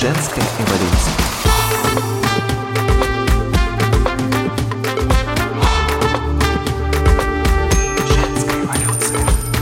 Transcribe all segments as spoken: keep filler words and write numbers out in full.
Женская эволюция. Женская эволюция.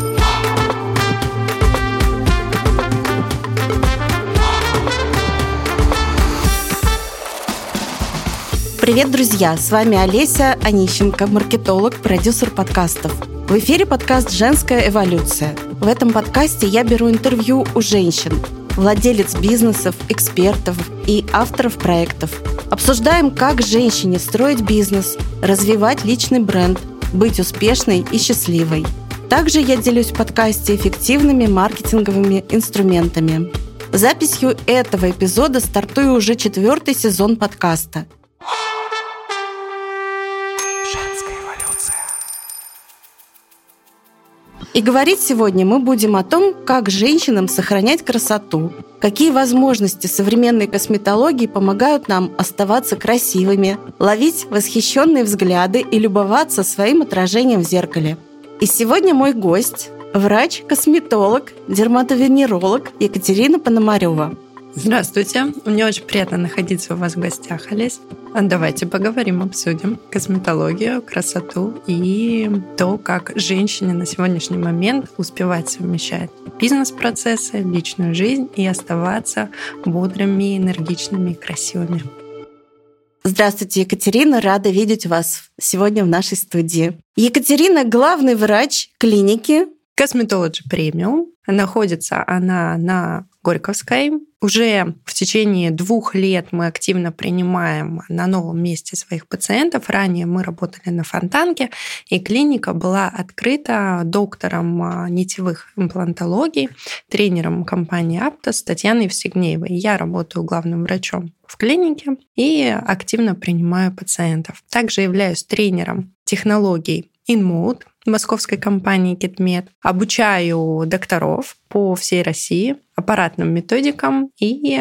Привет, друзья! С вами Олеся Онищенко, маркетолог, продюсер подкастов. В эфире подкаст «Женская эволюция». В этом подкасте я беру интервью у женщин, владелец бизнесов, экспертов и авторов проектов. Обсуждаем, как женщине строить бизнес, развивать личный бренд, быть успешной и счастливой. Также я делюсь в подкасте эффективными маркетинговыми инструментами. Записью этого эпизода стартует уже четвертый сезон подкаста. И говорить сегодня мы будем о том, как женщинам сохранять красоту, какие возможности современной косметологии помогают нам оставаться красивыми, ловить восхищенные взгляды и любоваться своим отражением в зеркале. И сегодня мой гость – врач-косметолог, дерматовенеролог Екатерина Пономарева. Здравствуйте, мне очень приятно находиться у вас в гостях, Олесь. Давайте поговорим, обсудим косметологию, красоту и то, как женщине на сегодняшний момент успевать совмещать бизнес-процессы, личную жизнь и оставаться бодрыми, энергичными и красивыми. Здравствуйте, Екатерина, рада видеть вас сегодня в нашей студии. Екатерина – главный врач клиники Cosmetology Premium. Находится она на Горьковской. Уже в течение двух лет мы активно принимаем на новом месте своих пациентов. Ранее мы работали на Фонтанке, и клиника была открыта доктором нитевых имплантологий, тренером компании Aptos Татьяной Евстигнеевой. Я работаю главным врачом в клинике и активно принимаю пациентов. Также являюсь тренером технологий InMood московской компании KitMed. Обучаю докторов по всей России аппаратным методикам и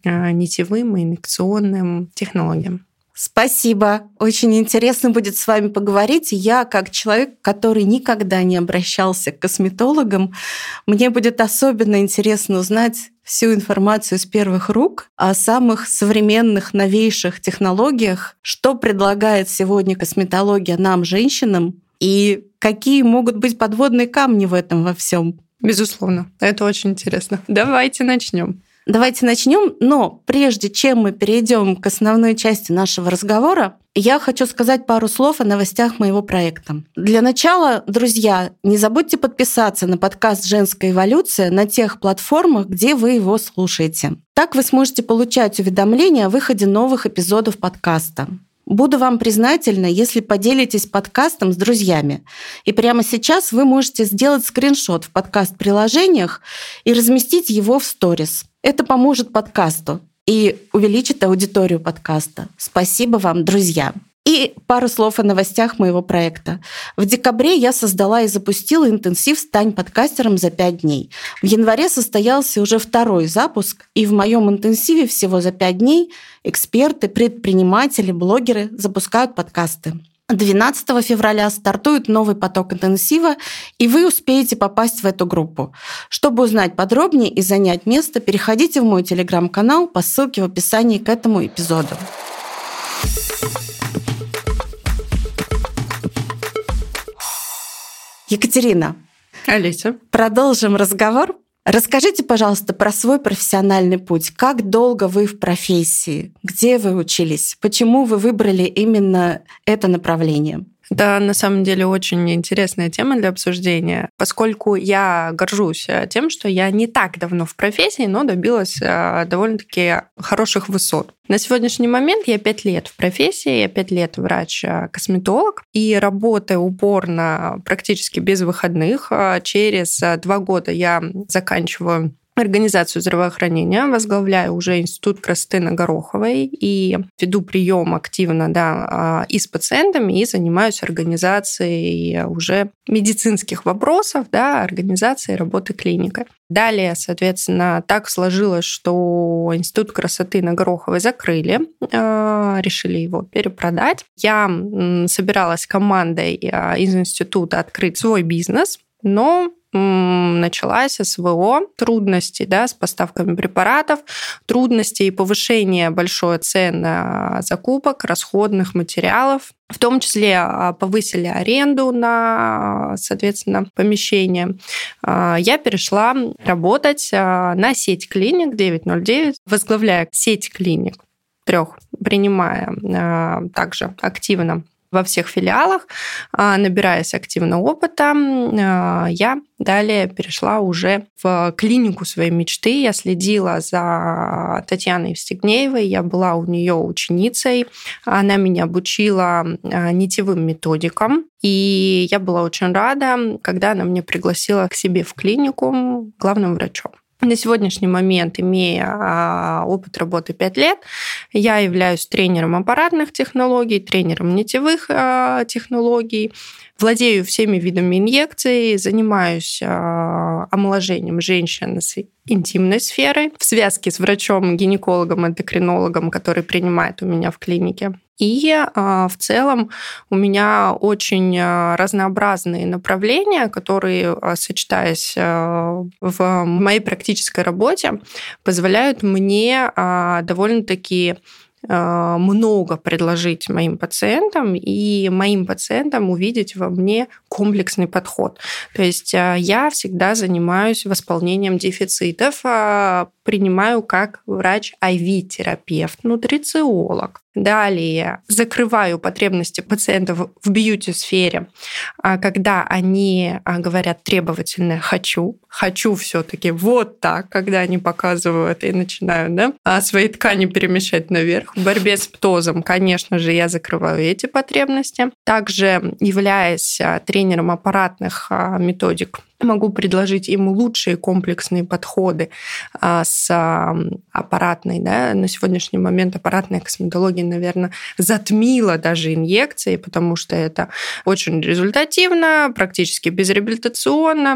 нитевым и инъекционным технологиям. Спасибо. Очень интересно будет с вами поговорить. Я, как человек, который никогда не обращался к косметологам, мне будет особенно интересно узнать всю информацию с первых рук о самых современных, новейших технологиях, что предлагает сегодня косметология нам, женщинам, и какие могут быть подводные камни в этом во всем. Безусловно, это очень интересно. Давайте начнем. Давайте начнем, но прежде чем мы перейдем к основной части нашего разговора, я хочу сказать пару слов о новостях моего проекта. Для начала, друзья, не забудьте подписаться на подкаст «Женская эволюция» на тех платформах, где вы его слушаете. Так вы сможете получать уведомления о выходе новых эпизодов подкаста. Буду вам признательна, если поделитесь подкастом с друзьями. И прямо сейчас вы можете сделать скриншот в подкаст-приложениях и разместить его в сторис. Это поможет подкасту и увеличит аудиторию подкаста. Спасибо вам, друзья. И пару слов о новостях моего проекта. В декабре я создала и запустила интенсив «Стань подкастером за пять дней». В январе состоялся уже второй запуск, и в моем интенсиве всего за пять дней эксперты, предприниматели, блогеры запускают подкасты. двенадцатого февраля стартует новый поток интенсива, и вы успеете попасть в эту группу. Чтобы узнать подробнее и занять место, переходите в мой телеграм-канал по ссылке в описании к этому эпизоду. Екатерина, Олеся, продолжим разговор. Расскажите, пожалуйста, про свой профессиональный путь. Как долго вы в профессии? Где вы учились? Почему вы выбрали именно это направление? Это на самом деле очень интересная тема для обсуждения, поскольку я горжусь тем, что я не так давно в профессии, но добилась довольно-таки хороших высот. На сегодняшний момент я пять лет в профессии, я пять лет врач-косметолог и работаю упорно практически без выходных. Через два года я заканчиваю организацию здравоохранения, возглавляю уже Институт красоты на Гороховой и веду прием активно, да, и с пациентами, и занимаюсь организацией уже медицинских вопросов, да, организацией работы клиники. Далее, соответственно, так сложилось, что Институт красоты на Гороховой закрыли, решили его перепродать. Я собиралась командой из института открыть свой бизнес, но началась СВО, трудности, да, с поставками препаратов, трудности и повышение большой цен закупок, расходных материалов. В том числе повысили аренду на, соответственно, помещение. Я перешла работать на сеть клиник девять ноль девять, возглавляя сеть клиник трех, принимая также активно во всех филиалах, набираясь активно опыта, я далее перешла уже в клинику своей мечты. Я следила за Татьяной Евстигнеевой, я была у нее ученицей, она меня обучила нитевым методикам, и я была очень рада, когда она меня пригласила к себе в клинику главным врачом. На сегодняшний момент, имея опыт работы пять лет, я являюсь тренером аппаратных технологий, тренером нитевых технологий, владею всеми видами инъекций, занимаюсь омоложением женщин с интимной сферой в связке с врачом-гинекологом, эндокринологом, который принимает у меня в клинике. И в целом у меня очень разнообразные направления, которые, сочетаясь в моей практической работе, позволяют мне довольно-таки много предложить моим пациентам и моим пациентам увидеть во мне комплексный подход. То есть я всегда занимаюсь восполнением дефицитов, принимаю как врач ай ви-терапевт, нутрициолог. Далее закрываю потребности пациентов в бьюти-сфере, когда они говорят требовательно «хочу», «хочу все-таки вот так», когда они показывают и начинают, да, свои ткани перемещать наверх. В борьбе с птозом, конечно же, я закрываю эти потребности. Также, являясь тренером аппаратных методик, могу предложить им лучшие комплексные подходы с аппаратной. Да? На сегодняшний момент аппаратная косметология, наверное, затмила даже инъекции, потому что это очень результативно, практически безреабилитационно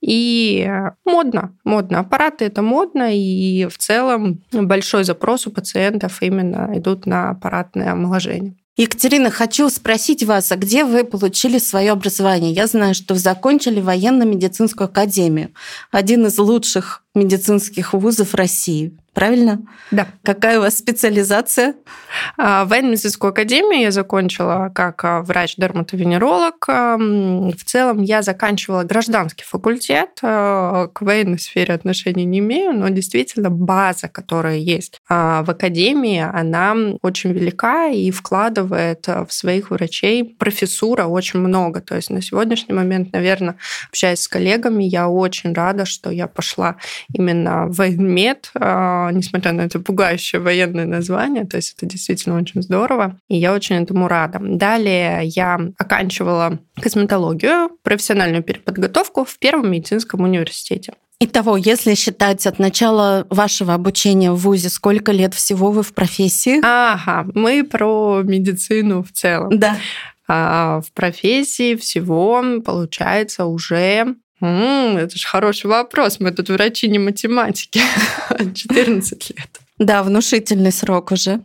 и модно. Модно. Аппараты – это модно, и в целом большой запрос у пациентов именно идут на аппаратное омоложение. Екатерина, хочу спросить вас, а где вы получили свое образование? Я знаю, что вы закончили военно-медицинскую академию, один из лучших медицинских вузов России. Правильно? Да. Какая у вас специализация? Военно-медицинскую академию я закончила как врач-дерматовенеролог. В целом я заканчивала гражданский факультет. К военной сфере отношений не имею, но действительно база, которая есть в академии, она очень велика и вкладывает в своих врачей профессура очень много. То есть на сегодняшний момент, наверное, общаясь с коллегами, я очень рада, что я пошла именно в военмед, несмотря на это пугающее военное название, то есть это действительно очень здорово, и я очень этому рада. Далее я оканчивала косметологию, профессиональную переподготовку в Первом медицинском университете. Итого, если считать от начала вашего обучения в вузе, сколько лет всего вы в профессии? Ага, мы про медицину в целом. Да. А в профессии всего получается уже... М-м, это же хороший вопрос. Мы тут врачи, не математики. четырнадцать лет. Да, внушительный срок уже.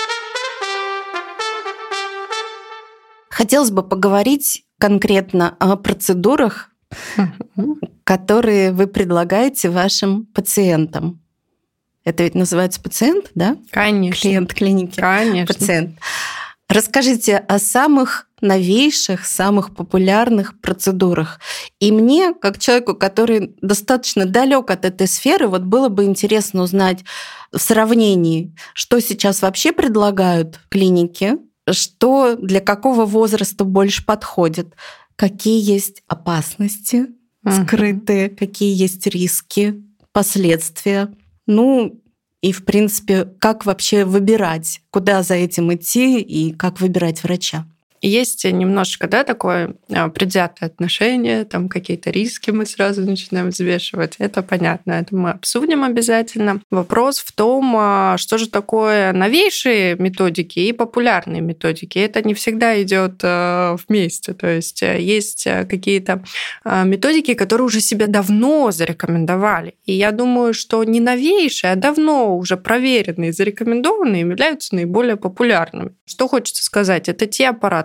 Хотелось бы поговорить конкретно о процедурах, которые вы предлагаете вашим пациентам. Это ведь называется пациент, да? Конечно. Клиент клиники. Конечно. Пациент. Расскажите о самых новейших, самых популярных процедурах. И мне, как человеку, который достаточно далек от этой сферы, вот было бы интересно узнать в сравнении, что сейчас вообще предлагают клиники, что для какого возраста больше подходит, какие есть опасности скрытые, uh-huh. какие есть риски, последствия. Ну, и, в принципе, как вообще выбирать, куда за этим идти и как выбирать врача? Есть немножко, да, такое предвзятое отношение, там какие-то риски мы сразу начинаем взвешивать. Это понятно, это мы обсудим обязательно. Вопрос в том, что же такое новейшие методики и популярные методики. Это не всегда идет вместе. То есть есть какие-то методики, которые уже себя давно зарекомендовали. И я думаю, что не новейшие, а давно уже проверенные, зарекомендованные являются наиболее популярными. Что хочется сказать? Это те аппараты,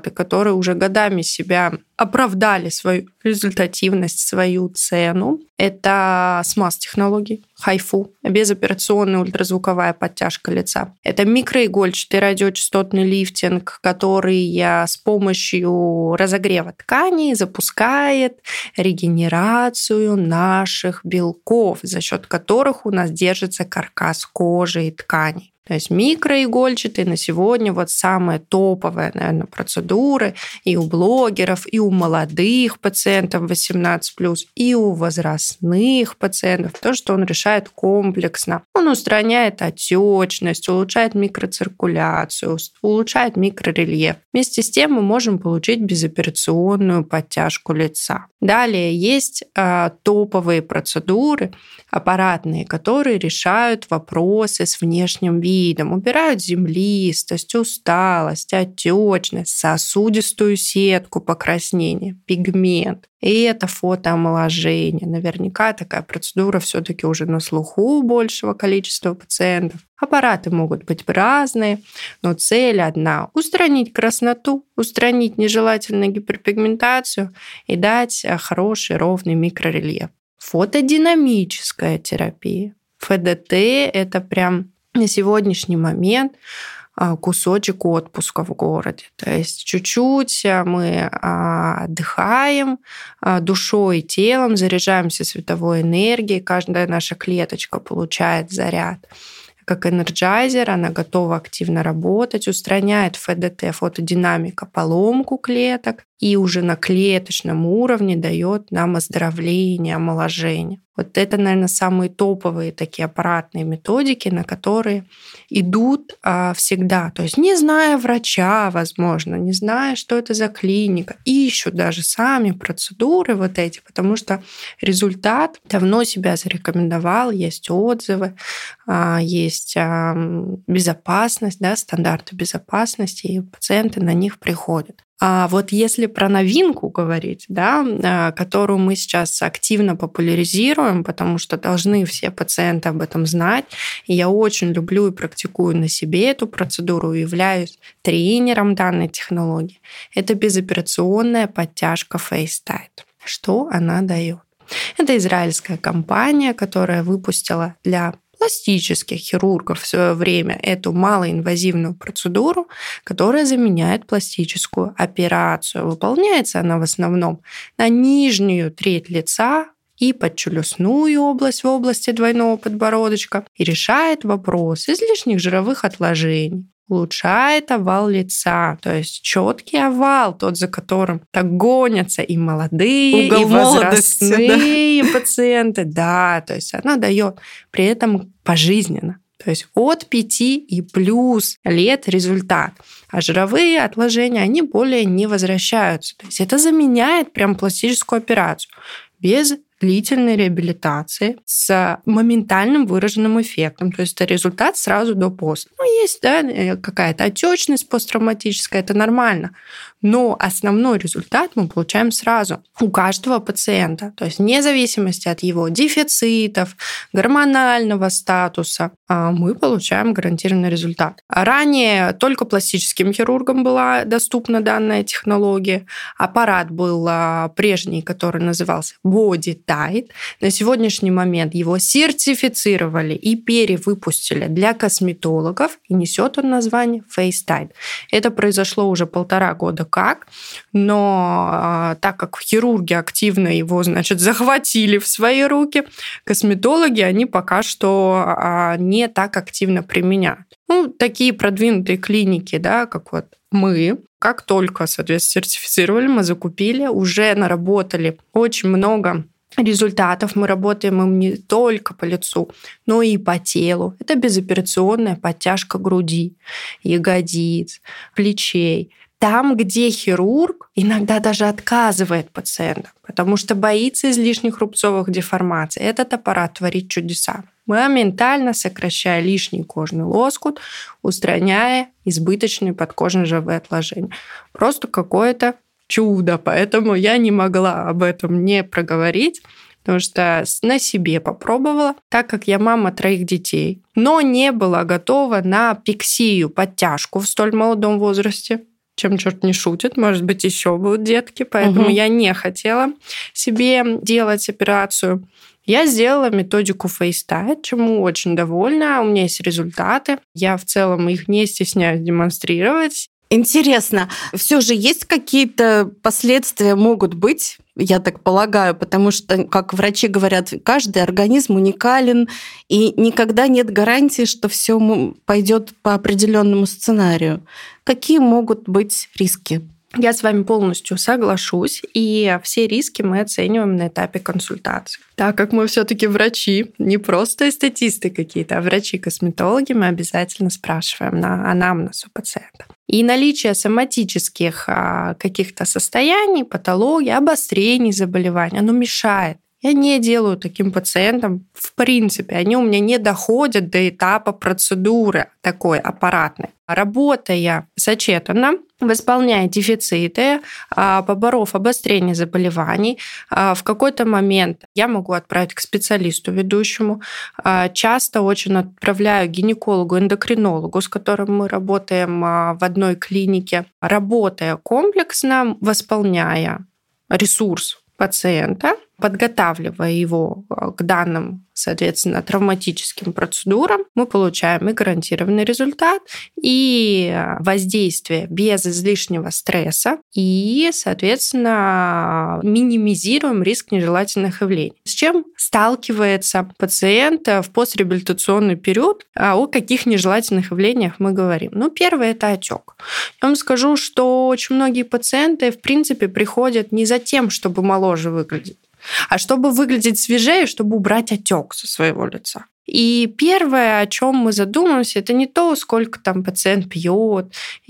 аппараты, которые уже годами себя оправдали свою результативность, свою цену. Это смаз-технологии, хайфу, безоперационная ультразвуковая подтяжка лица. Это микроигольчатый радиочастотный лифтинг, который с помощью разогрева тканей запускает регенерацию наших белков, за счет которых у нас держится каркас кожи и тканей. То есть микроигольчатые на сегодня вот самые топовые, наверное, процедуры и у блогеров, и у молодых пациентов восемнадцать плюс, и у возрастных пациентов. То, что он решает комплексно. Он устраняет отечность, улучшает микроциркуляцию, улучшает микрорельеф. Вместе с тем мы можем получить безоперационную подтяжку лица. Далее есть э, топовые процедуры аппаратные, которые решают вопросы с внешним видом, убирают землистость, усталость, отечность, сосудистую сетку покраснения, пигмент. И это фотоомоложение. Наверняка такая процедура все-таки уже на слуху у большего количества пациентов. Аппараты могут быть разные, но цель одна – устранить красноту, устранить нежелательную гиперпигментацию и дать хороший ровный микрорельеф. Фотодинамическая терапия. эф дэ тэ – это прям на сегодняшний момент кусочек отпуска в городе. То есть чуть-чуть мы отдыхаем душой и телом, заряжаемся световой энергией, каждая наша клеточка получает заряд. Как энерджайзер, она готова активно работать, устраняет эф дэ тэ, фотодинамика, поломку клеток и уже на клеточном уровне дает нам оздоровление, омоложение. Вот это, наверное, самые топовые такие аппаратные методики, на которые идут а, всегда. То есть не зная врача, возможно, не зная, что это за клиника, ищут даже сами процедуры вот эти, потому что результат давно себя зарекомендовал, есть отзывы, а, есть а, безопасность, да, стандарты безопасности, и пациенты на них приходят. А вот если про новинку говорить, да, которую мы сейчас активно популяризируем, потому что должны все пациенты об этом знать, и я очень люблю и практикую на себе эту процедуру, являюсь тренером данной технологии, это безоперационная подтяжка FaceTite. Что она дает? Это израильская компания, которая выпустила для пластических хирургов в свое время эту малоинвазивную процедуру, которая заменяет пластическую операцию. Выполняется она в основном на нижнюю треть лица и подчелюстную область в области двойного подбородочка и решает вопрос излишних жировых отложений. Улучшает овал лица, то есть четкий овал, тот, за которым так гонятся и молодые, угол и возрастные да. пациенты. Да, то есть она дает при этом пожизненно. То есть от пяти и плюс лет результат. А жировые отложения, они более не возвращаются. То есть это заменяет прям пластическую операцию без длительной реабилитации с моментальным выраженным эффектом. То есть это результат сразу до после. Ну, есть да, какая-то отечность посттравматическая, это нормально. Но основной результат мы получаем сразу у каждого пациента. То есть вне зависимости от его дефицитов, гормонального статуса, мы получаем гарантированный результат. Ранее только пластическим хирургам была доступна данная технология. Аппарат был прежний, который назывался BodyTite. На сегодняшний момент его сертифицировали и перевыпустили для косметологов, и несет он название FaceTite. Это произошло уже полтора года как, но а, так как хирурги активно его, значит, захватили в свои руки, косметологи, они пока что а, не так активно применяют. Ну, такие продвинутые клиники, да, как вот мы, как только, соответственно, сертифицировали, мы закупили, уже наработали очень много результатов. Мы работаем им не только по лицу, но и по телу. Это безоперационная подтяжка груди, ягодиц, плечей. Там, где хирург иногда даже отказывает пациентам, потому что боится излишних рубцовых деформаций. Этот аппарат творит чудеса. Моментально сокращая лишний кожный лоскут, устраняя избыточные подкожно-жировые отложения. Просто какое-то чудо. Поэтому я не могла об этом не проговорить, потому что на себе попробовала, так как я мама троих детей, но не была готова на пиксию, подтяжку в столь молодом возрасте. чем черт не шутит, может быть, еще будут детки, поэтому угу. я не хотела себе делать операцию. Я сделала методику FaceTite, чему очень довольна. У меня есть результаты. Я в целом их не стесняюсь демонстрировать. Интересно, все же есть какие-то последствия, могут быть, я так полагаю, потому что, как врачи говорят, каждый организм уникален, и никогда нет гарантии, что все пойдет по определенному сценарию. Какие могут быть риски? Я с вами полностью соглашусь, и все риски мы оцениваем на этапе консультации. Так как мы все-таки врачи, не просто эстетисты какие-то, а врачи-косметологи, мы обязательно спрашиваем на анамнез у пациента. И наличие соматических каких-то состояний, патологий, обострений заболеваний, оно мешает. Я не делаю таким пациентам, в принципе, они у меня не доходят до этапа процедуры такой аппаратной. Работая сочетанно, восполняя дефициты, поборов обострение заболеваний, в какой-то момент я могу отправить к специалисту ведущему. Часто очень отправляю к гинекологу, эндокринологу, с которым мы работаем в одной клинике. Работая комплексно, восполняя ресурс пациента, подготавливая его к данным, соответственно, травматическим процедурам, мы получаем и гарантированный результат, и воздействие без излишнего стресса, и, соответственно, минимизируем риск нежелательных явлений. С чем сталкивается пациент в постреабилитационный период, о каких нежелательных явлениях мы говорим? Ну, первое – это отек. Я вам скажу, что очень многие пациенты, в принципе, приходят не за тем, чтобы моложе выглядеть, а чтобы выглядеть свежее, чтобы убрать отек со своего лица. И первое, о чем мы задумываемся, это не то, сколько там пациент пьет,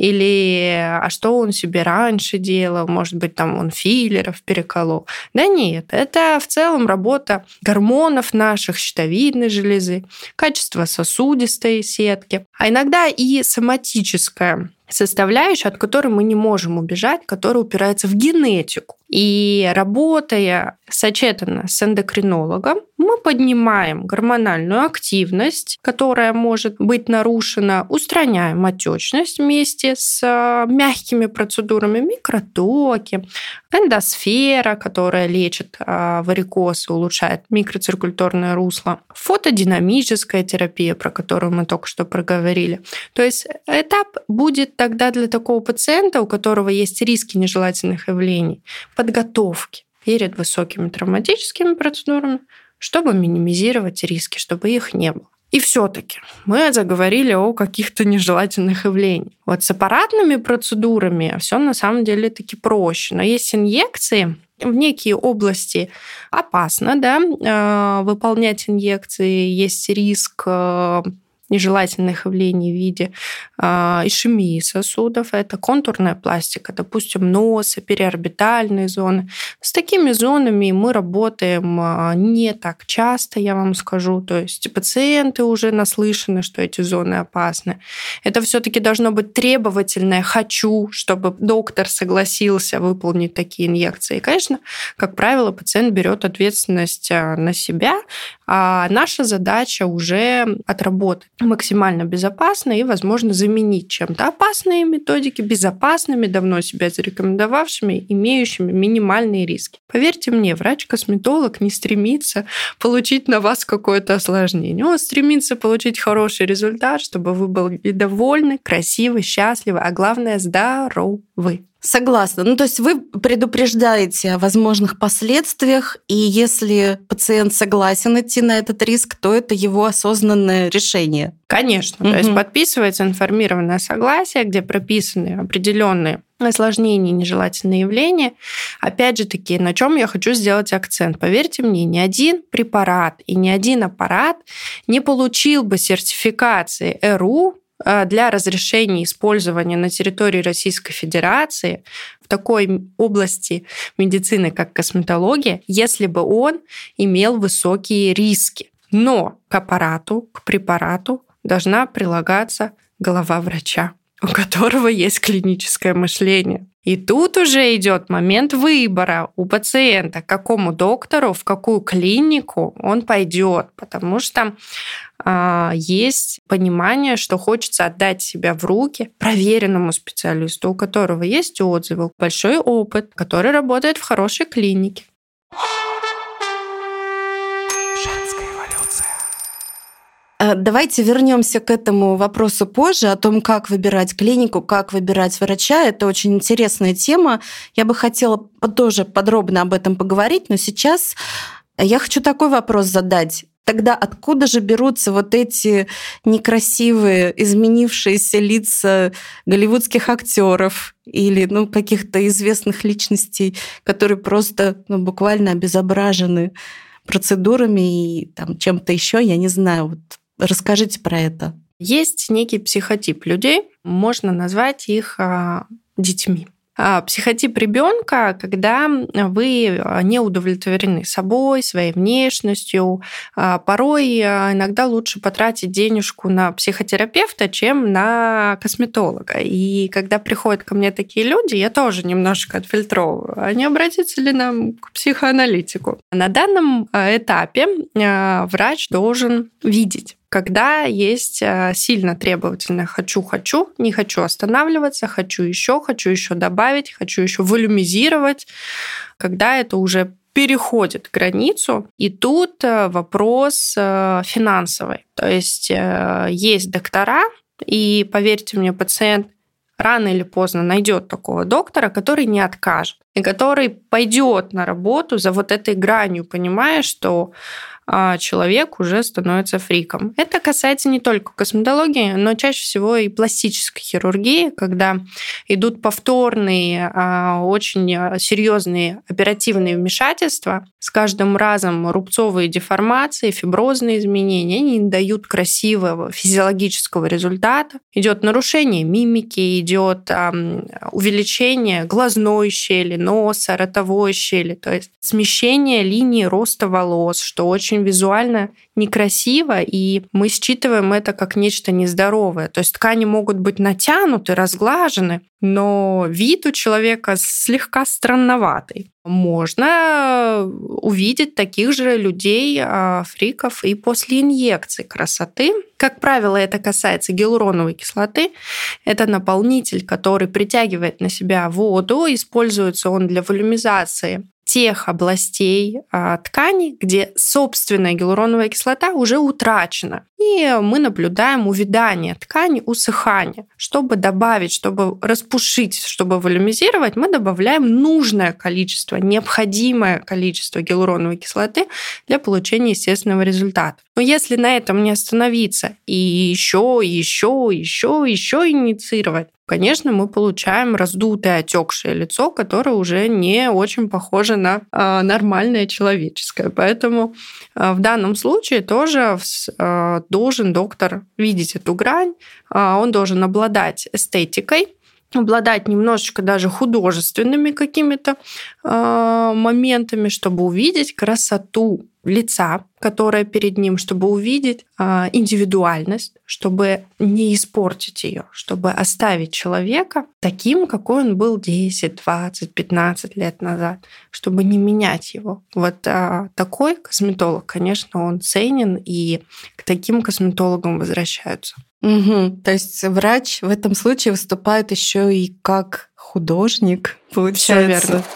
или а что он себе раньше делал, может быть, там он филлеров переколол. Да нет, это в целом работа гормонов наших, щитовидной железы, качество сосудистой сетки, а иногда и соматическая составляющая, от которой мы не можем убежать, которая упирается в генетику. И работая сочетанно с эндокринологом, мы поднимаем гормональную активность, которая может быть нарушена, устраняем отечность вместе с мягкими процедурами, микротоки, эндосфера, которая лечит варикоз и улучшает микроциркуляторное русло, фотодинамическая терапия, про которую мы только что проговорили. То есть этап будет тогда для такого пациента, у которого есть риски нежелательных явлений, подготовки перед высокими травматическими процедурами, чтобы минимизировать риски, чтобы их не было. И все-таки мы заговорили о каких-то нежелательных явлениях. Вот с аппаратными процедурами все на самом деле таки проще. Но есть инъекции, в некие области опасно, да, выполнять инъекции, есть риск нежелательных явлений в виде э, ишемии сосудов. Это контурная пластика, допустим, носа, периорбитальные зоны. С такими зонами мы работаем не так часто, я вам скажу. То есть пациенты уже наслышаны, что эти зоны опасны. Это все-таки должно быть требовательное «хочу», чтобы доктор согласился выполнить такие инъекции. И, конечно, как правило, пациент берет ответственность на себя, а наша задача уже отработать максимально безопасно и, возможно, заменить чем-то опасные методики безопасными, давно себя зарекомендовавшими, имеющими минимальные риски. Поверьте мне, врач-косметолог не стремится получить на вас какое-то осложнение. Он стремится получить хороший результат, чтобы вы были довольны, красивы, счастливы, а главное, здоровы. Согласна. Ну, то есть вы предупреждаете о возможных последствиях, и если пациент согласен идти на этот риск, то это его осознанное решение. Конечно. Угу. То есть подписывается информированное согласие, где прописаны определенные осложнения, нежелательные явления. Опять же таки, на чем я хочу сделать акцент? Поверьте мне, ни один препарат и ни один аппарат не получил бы сертификации эр у для разрешения использования на территории Российской Федерации в такой области медицины, как косметология, если бы он имел высокие риски. Но к аппарату, к препарату должна прилагаться голова врача. у которого есть клиническое мышление. И тут уже идет момент выбора у пациента, к какому доктору, в какую клинику он пойдет, потому что э, есть понимание, что хочется отдать себя в руки проверенному специалисту, у которого есть отзывы, большой опыт, который работает в хорошей клинике. Давайте вернемся к этому вопросу позже, о том, как выбирать клинику, как выбирать врача. Это очень интересная тема. Я бы хотела тоже подробно об этом поговорить, но сейчас я хочу такой вопрос задать. Тогда откуда же берутся вот эти некрасивые, изменившиеся лица голливудских актеров или ну, каких-то известных личностей, которые просто ну, буквально обезображены процедурами и там, чем-то еще, я не знаю. Вот расскажите про это. Есть некий психотип людей, можно назвать их а, детьми. А, психотип ребенка, когда вы не удовлетворены собой, своей внешностью, а, порой иногда лучше потратить денежку на психотерапевта, чем на косметолога. И когда приходят ко мне такие люди, я тоже немножко отфильтровываю, а не обратиться ли нам к психоаналитику. На данном этапе врач должен видеть, когда есть сильно требовательное «хочу-хочу», не хочу останавливаться, хочу еще, хочу еще добавить, хочу еще волюмизировать, когда это уже переходит границу. И тут вопрос финансовый. То есть есть доктора, и, поверьте мне, пациент рано или поздно найдет такого доктора, который не откажет, и который пойдет на работу за вот этой гранью, понимая, что человек уже становится фриком. Это касается не только косметологии, но чаще всего и пластической хирургии, когда идут повторные, очень серьезные оперативные вмешательства. С каждым разом рубцовые деформации, фиброзные изменения, они не дают красивого физиологического результата. Идет нарушение мимики, идет увеличение глазной щели, носа, ротовой щели, то есть смещение линии роста волос, что очень визуально некрасиво, и мы считываем это как нечто нездоровое. То есть ткани могут быть натянуты, разглажены, но вид у человека слегка странноватый. Можно увидеть таких же людей, фриков, и после инъекций красоты. Как правило, это касается гиалуроновой кислоты. Это наполнитель, который притягивает на себя воду. Используется он для волюмизации тех областей а, ткани, где собственная гиалуроновая кислота уже утрачена. И мы наблюдаем увядание ткани, усыхание. Чтобы добавить, чтобы распушить, чтобы волюмизировать, мы добавляем нужное количество, необходимое количество гиалуроновой кислоты для получения естественного результата. Но если на этом не остановиться и еще, еще, еще, еще инициировать, конечно, мы получаем раздутое, отекшее лицо, которое уже не очень похоже на э, нормальное человеческое. Поэтому э, в данном случае тоже э, должен доктор видеть эту грань, э, он должен обладать эстетикой, обладать немножечко даже художественными какими-то э, моментами, чтобы увидеть красоту лица, которая перед ним, чтобы увидеть э, индивидуальность, чтобы не испортить ее, чтобы оставить человека таким, какой он был десять, двадцать, пятнадцать лет назад, чтобы не менять его. Вот э, такой косметолог, конечно, он ценен, и к таким косметологам возвращаются. Угу. То есть врач в этом случае выступает еще и как художник, получается. Всё верно.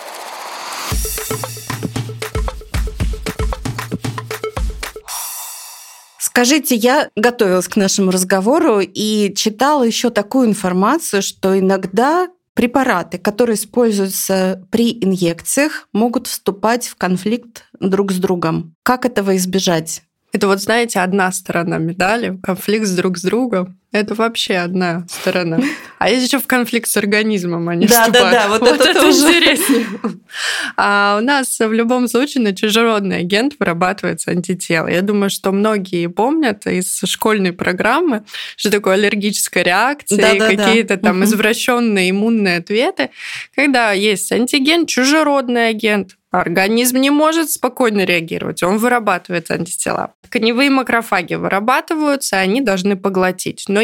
Скажите, я готовилась к нашему разговору и читала еще такую информацию, что иногда препараты, которые используются при инъекциях, могут вступать в конфликт друг с другом. Как этого избежать? Это вот, знаете, одна сторона медали, конфликт друг с другом. Это вообще одна сторона. А есть еще в конфликт с организмом они да, вступают. Да, да, вот, вот это, это тоже интереснее. А у нас в любом случае на чужеродный агент вырабатывается антитело. Я думаю, что многие помнят из школьной программы, что такое аллергическая реакция да, и да, какие-то да. там угу. извращенные иммунные ответы. Когда есть антиген, чужеродный агент, организм не может спокойно реагировать, он вырабатывает антитела. Тканевые макрофаги вырабатываются, они должны поглотить. Но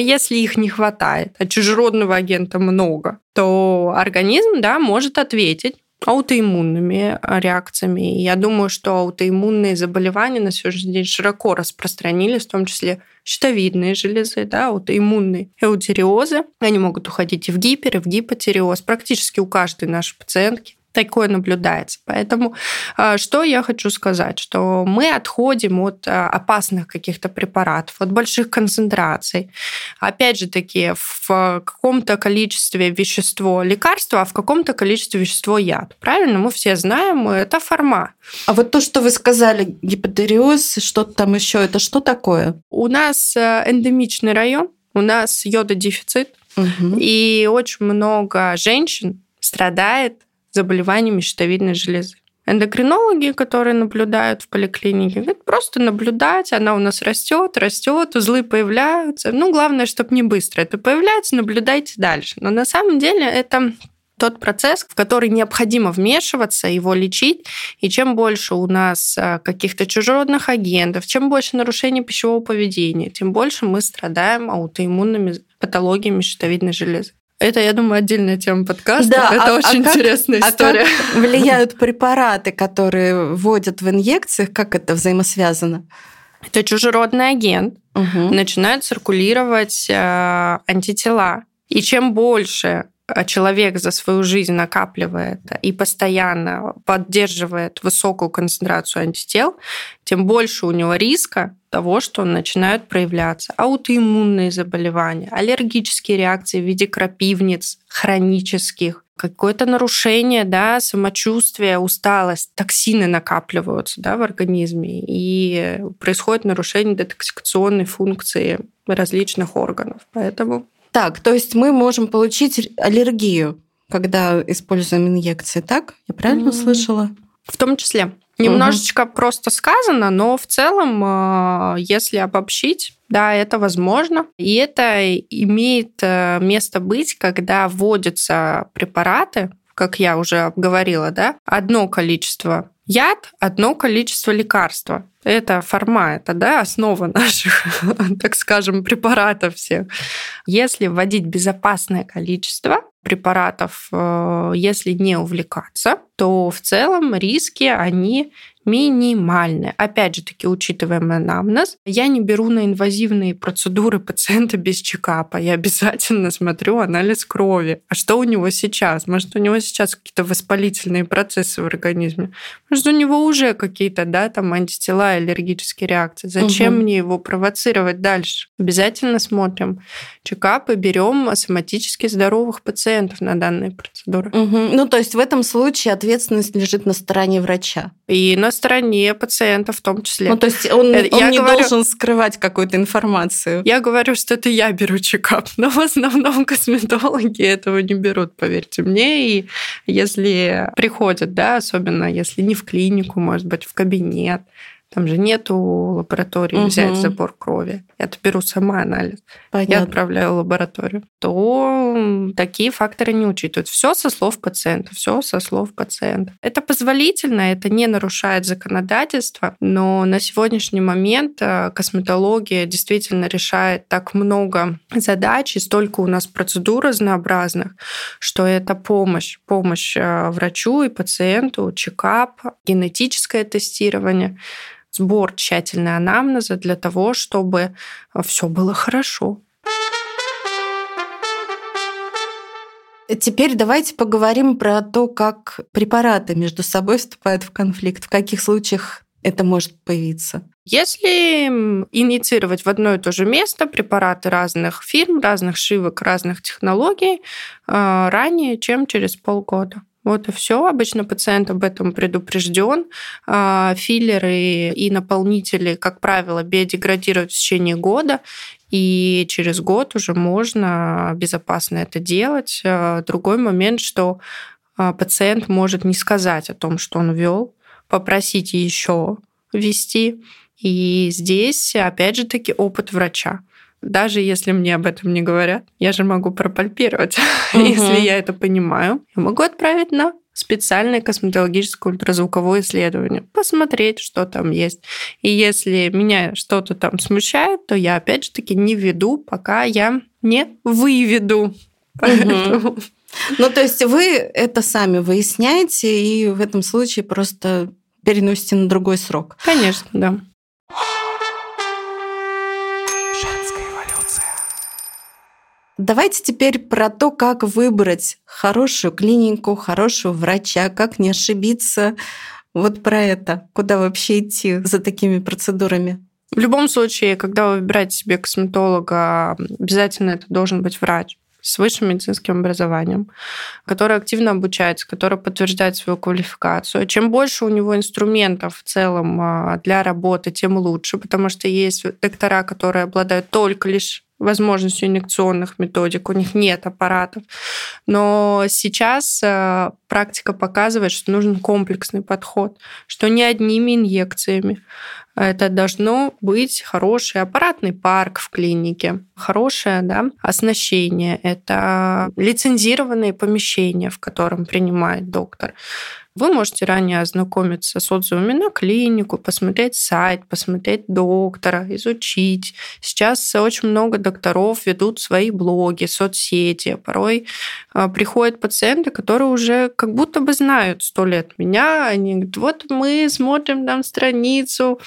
если их не хватает, а чужеродного агента много, то организм, да, может ответить аутоиммунными реакциями. И я думаю, что аутоиммунные заболевания на сегодняшний день широко распространились, в том числе щитовидные железы, да, аутоиммунные эутериозы. Они могут уходить и в гипер, и в гипотиреоз. Практически у каждой нашей пациентки такое наблюдается. Поэтому что я хочу сказать, что мы отходим от опасных каких-то препаратов, от больших концентраций. Опять же таки, в каком-то количестве вещество лекарство, а в каком-то количестве вещество яд. Правильно? Мы все знаем, это форма. А вот то, что вы сказали, гипотиреоз, что-то там еще, это что такое? У нас эндемичный район, у нас йододефицит, угу. И очень много женщин страдает заболеваниями щитовидной железы. Эндокринологи, которые наблюдают в поликлинике, говорят, просто наблюдать, она у нас растет, растет, узлы появляются. Ну, главное, чтобы не быстро это появляется, наблюдайте дальше. Но на самом деле это тот процесс, в который необходимо вмешиваться, его лечить. И чем больше у нас каких-то чужеродных агентов, чем больше нарушений пищевого поведения, тем больше мы страдаем аутоиммунными патологиями щитовидной железы. Это, я думаю, отдельная тема подкаста. Да, это а, очень а как, интересная история. А как влияют препараты, которые вводят в инъекциях? Как это взаимосвязано? Это чужеродный агент. Угу. Начинают циркулировать э, антитела. И чем больше человек за свою жизнь накапливает и постоянно поддерживает высокую концентрацию антител, тем больше у него риска того, что начинают проявляться аутоиммунные заболевания, аллергические реакции в виде крапивниц хронических, какое-то нарушение, да, самочувствия, усталость, токсины накапливаются, да, в организме, и происходит нарушение детоксикационной функции различных органов. Поэтому Так, то есть мы можем получить аллергию, когда используем инъекции, так? Я правильно mm-hmm. услышала? В том числе. Немножечко mm-hmm. просто сказано, но в целом, если обобщить, да, это возможно. И это имеет место быть, когда вводятся препараты, как я уже обговорила, да, одно количество яд, одно количество лекарства. Это форма, это, да, основа наших, так скажем, препаратов всех. Если вводить безопасное количество препаратов, если не увлекаться, то в целом риски, они минимальны. Опять же таки, учитываем анамнез, я не беру на инвазивные процедуры пациента без чекапа. Я обязательно смотрю анализ крови. А что у него сейчас? Может, у него сейчас какие-то воспалительные процессы в организме? Может, у него уже какие-то, да, там антитела, аллергические реакции. Зачем угу. мне его провоцировать дальше? Обязательно смотрим чекап и берем соматически здоровых пациентов на данные процедуры. Угу. Ну, то есть в этом случае ответственность лежит на стороне врача. И на стороне пациента в том числе. Ну, то есть он, он я не говорю, должен скрывать какую-то информацию. Я говорю, что это я беру чекап, но в основном косметологи этого не берут, поверьте мне. И если приходят, да, особенно если не в клинику, может быть, в кабинет, там же нету лаборатории угу. взять забор крови. Я-то беру сама анализ. Понятно. Я отправляю в лабораторию. То такие факторы не учитывают. Все со слов пациента. Все со слов пациента. Это позволительно, это не нарушает законодательство, но на сегодняшний момент косметология действительно решает так много задач, и столько у нас процедур разнообразных, что это помощь. Помощь врачу и пациенту, чекап, генетическое тестирование, сбор тщательной анамнеза для того, чтобы все было хорошо. Теперь давайте поговорим про то, как препараты между собой вступают в конфликт, в каких случаях это может появиться. Если инициировать в одно и то же место препараты разных фирм, разных шивок, разных технологий ранее, чем через полгода. Вот и все. Обычно пациент об этом предупрежден. Филлеры и наполнители, как правило, биодеградируют в течение года, и через год уже можно безопасно это делать. Другой момент, что пациент может не сказать о том, что он ввел, попросить еще ввести. И здесь, опять же таки, опыт врача. Даже если мне об этом не говорят, я же могу пропальпировать. Угу. Если я это понимаю, я могу отправить на специальное косметологическое ультразвуковое исследование, посмотреть, что там есть. И если меня что-то там смущает, то я опять же таки не веду, пока я не выведу. Поэтому... Ну, то есть вы это сами выясняете и в этом случае просто переносите на другой срок. Конечно, да. Женская эволюция. Давайте теперь про то, как выбрать хорошую клинику, хорошего врача, как не ошибиться. Вот про это. Куда вообще идти за такими процедурами? В любом случае, когда вы выбираете себе косметолога, обязательно это должен быть врач с высшим медицинским образованием, который активно обучается, который подтверждает свою квалификацию. Чем больше у него инструментов в целом для работы, тем лучше, потому что есть доктора, которые обладают только лишь возможностью инъекционных методик, у них нет аппаратов. Но сейчас практика показывает, что нужен комплексный подход, что не одними инъекциями. Это должно быть хороший аппаратный парк в клинике, хорошее, да, оснащение, это лицензированные помещения, в котором принимает доктор. Вы можете ранее ознакомиться с отзывами на клинику, посмотреть сайт, посмотреть доктора, изучить. Сейчас очень много докторов ведут свои блоги, соцсети. Порой приходят пациенты, которые уже как будто бы знают сто лет меня. Они говорят, вот мы смотрим там страницу,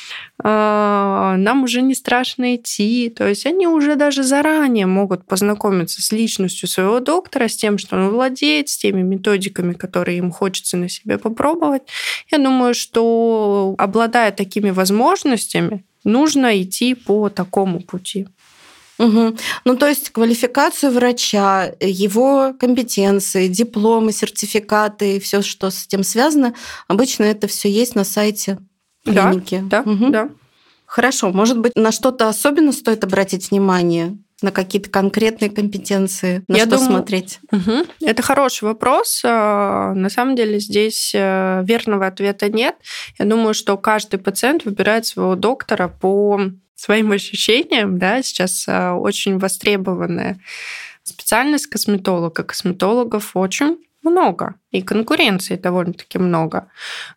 нам уже не страшно идти. То есть они уже даже заранее могут познакомиться с личностью своего доктора, с тем, что он владеет, с теми методиками, которые им хочется на себе попробовать. Я думаю, что, обладая такими возможностями, нужно идти по такому пути. Угу. Ну, то есть квалификацию врача, его компетенции, дипломы, сертификаты и все, что с этим связано, обычно это все есть на сайте клиники. Да, да, угу. да. Хорошо. Может быть, на что-то особенно стоит обратить внимание? На какие-то конкретные компетенции, на Я что думаю, смотреть? Угу. Это хороший вопрос. На самом деле здесь верного ответа нет. Я думаю, что каждый пациент выбирает своего доктора по своим ощущениям. Да? Сейчас очень востребованная специальность косметолога. Косметологов очень много, и конкуренции довольно-таки много.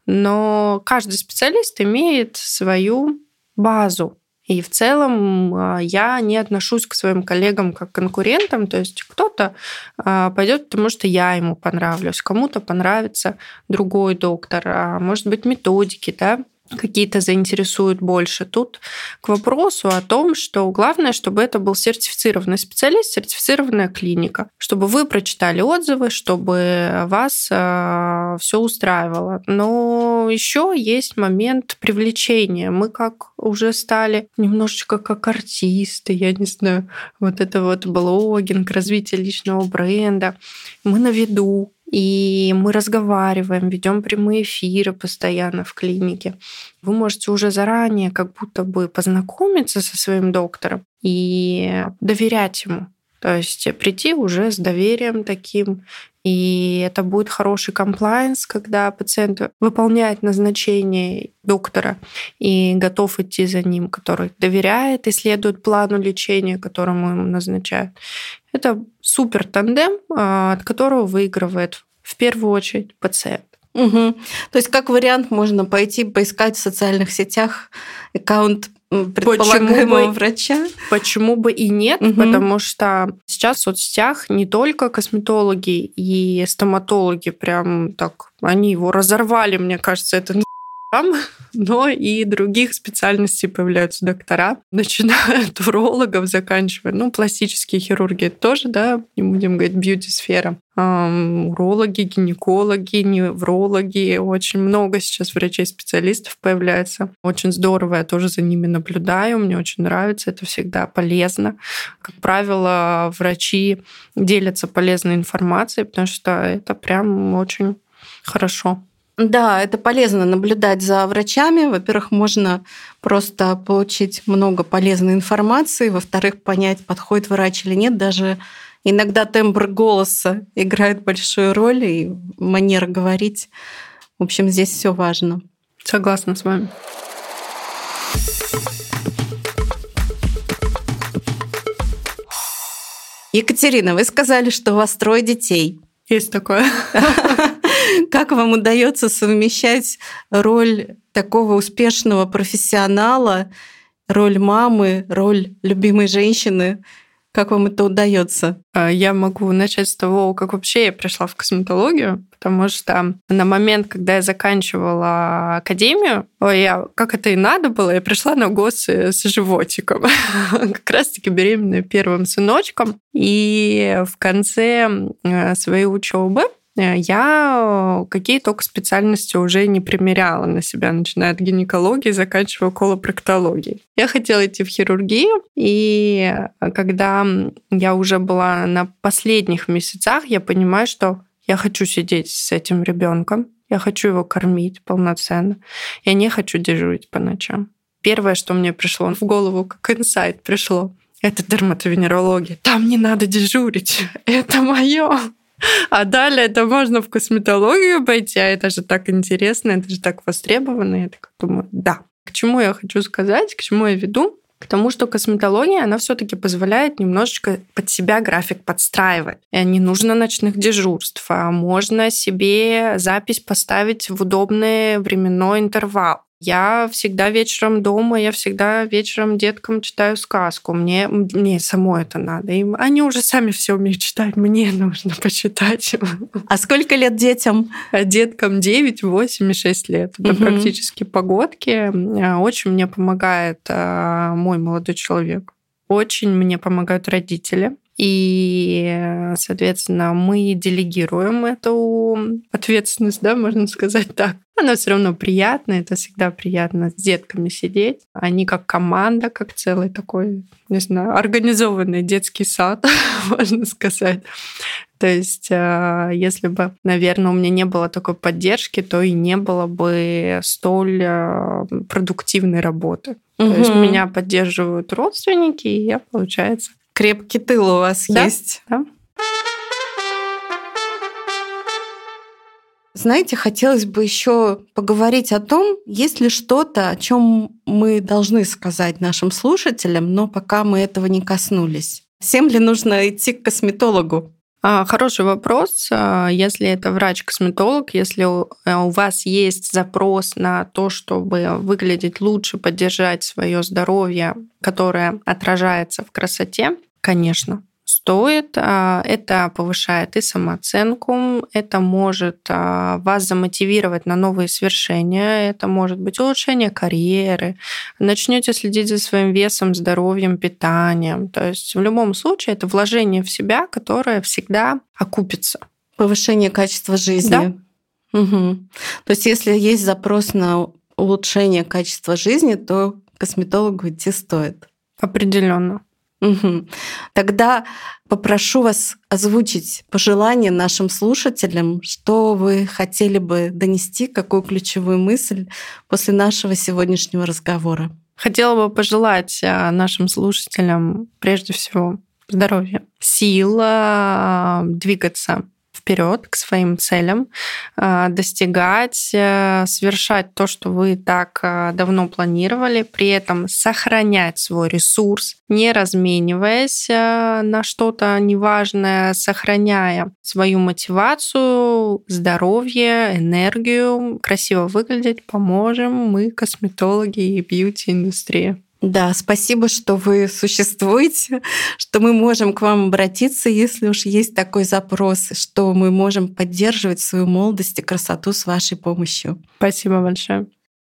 Но каждый специалист имеет свою базу. И в целом я не отношусь к своим коллегам как к конкурентам. То есть кто-то пойдет, потому что я ему понравлюсь, кому-то понравится другой доктор. А может быть, методики, да, какие-то заинтересуют больше. Тут к вопросу о том, что главное, чтобы это был сертифицированный специалист, сертифицированная клиника, чтобы вы прочитали отзывы, чтобы вас все устраивало. Но еще есть момент привлечения. Мы как уже стали немножечко как артисты, я не знаю, вот это вот блогинг, развитие личного бренда. Мы на виду. И мы разговариваем, ведем прямые эфиры постоянно в клинике. Вы можете уже заранее как будто бы познакомиться со своим доктором и доверять ему. То есть прийти уже с доверием таким. И это будет хороший комплаенс, когда пациент выполняет назначение доктора и готов идти за ним, который доверяет и следует плану лечения, которому ему назначают. Это супер тандем, от которого выигрывает в первую очередь пациент. Угу. То есть как вариант можно пойти поискать в социальных сетях аккаунт предполагаемого Почему бы, врача? Почему бы и нет? Угу. Потому что сейчас в соцсетях не только косметологи и стоматологи прям так, они его разорвали, мне кажется, это но и других специальностей появляются доктора, начиная от урологов, заканчивая, ну, пластические хирурги тоже, да, не будем говорить, бьюти-сфера. Um, урологи, гинекологи, неврологи, очень много сейчас врачей-специалистов появляется. Очень здорово, я тоже за ними наблюдаю, мне очень нравится, это всегда полезно. Как правило, врачи делятся полезной информацией, потому что это прям очень хорошо. Да, это полезно наблюдать за врачами. Во-первых, можно просто получить много полезной информации. Во-вторых, понять, подходит врач или нет. Даже иногда тембр голоса играет большую роль, и манера говорить. В общем, здесь все важно. Согласна с вами. Екатерина, вы сказали, что у вас трое детей. Есть такое. Как вам удается совмещать роль такого успешного профессионала, роль мамы, роль любимой женщины? Как вам это удается? Я могу начать с того, как вообще я пришла в косметологию, потому что на момент, когда я заканчивала академию, я, как это и надо было, я пришла на ГОС с животиком, как раз-таки беременная первым сыночком. И в конце своей учебы я какие только специальности уже не примеряла на себя, начиная от гинекологии, заканчивая колопроктологией. Я хотела идти в хирургию, и когда я уже была на последних месяцах, я понимаю, что я хочу сидеть с этим ребенком, я хочу его кормить полноценно, я не хочу дежурить по ночам. Первое, что мне пришло в голову, как инсайт пришло, это дерматовенерология. Там не надо дежурить, это мое. А далее это можно в косметологию пойти, а это же так интересно, это же так востребовано. Я так думаю, да. К чему я хочу сказать, к чему я веду? К тому, что косметология, она все-таки позволяет немножечко под себя график подстраивать. Не нужно ночных дежурств, а можно себе запись поставить в удобный временной интервал. Я всегда вечером дома, я всегда вечером деткам читаю сказку. Мне, мне самой это надо. Им, они уже сами все умеют читать, мне нужно почитать. А сколько лет детям? Деткам девять, восемь и шесть лет. Это угу. практически погодки. Очень мне помогает мой молодой человек. Очень мне помогают родители. И, соответственно, мы делегируем эту ответственность, да, можно сказать так. Она все равно приятная, это всегда приятно с детками сидеть. Они как команда, как целый такой, не знаю, организованный детский сад, можно сказать. То есть, если бы, наверное, у меня не было такой поддержки, то и не было бы столь продуктивной работы. Угу. То есть меня поддерживают родственники, и я, получается, крепкий тыл у вас да? есть. Да. Знаете, хотелось бы еще поговорить о том, есть ли что-то, о чем мы должны сказать нашим слушателям, но пока мы этого не коснулись. Всем ли нужно идти к косметологу? Хороший вопрос. Если это врач-косметолог, если у вас есть запрос на то, чтобы выглядеть лучше, поддержать свое здоровье, которое отражается в красоте, конечно, стоит. Это повышает и самооценку, это может вас замотивировать на новые свершения, это может быть улучшение карьеры, начнете следить за своим весом, здоровьем, питанием. То есть в любом случае это вложение в себя, которое всегда окупится. Повышение качества жизни. Да. Угу. То есть если есть запрос на улучшение качества жизни, то к косметологу идти стоит. Определенно. Угу. Тогда попрошу вас озвучить пожелания нашим слушателям, что вы хотели бы донести, какую ключевую мысль после нашего сегодняшнего разговора. Хотела бы пожелать нашим слушателям прежде всего здоровья, сил двигаться вперед к своим целям, достигать, совершать то, что вы так давно планировали, при этом сохранять свой ресурс, не размениваясь на что-то неважное, сохраняя свою мотивацию, здоровье, энергию, красиво выглядеть поможем мы, косметологи и бьюти-индустрия. Да, спасибо, что вы существуете, что мы можем к вам обратиться, если уж есть такой запрос, что мы можем поддерживать свою молодость и красоту с вашей помощью. Спасибо большое.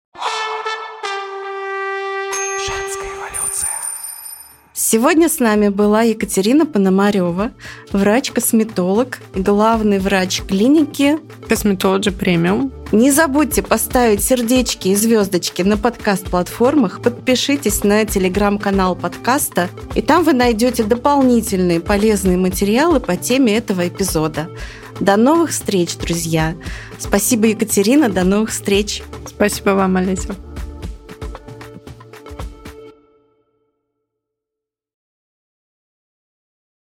Женская эволюция. Сегодня с нами была Екатерина Пономарёва, врач-косметолог, главный врач клиники Cosmetology Premium. Не забудьте поставить сердечки и звездочки на подкаст-платформах, подпишитесь на телеграм-канал подкаста, и там вы найдете дополнительные полезные материалы по теме этого эпизода. До новых встреч, друзья! Спасибо, Екатерина, до новых встреч! Спасибо вам, Олеся.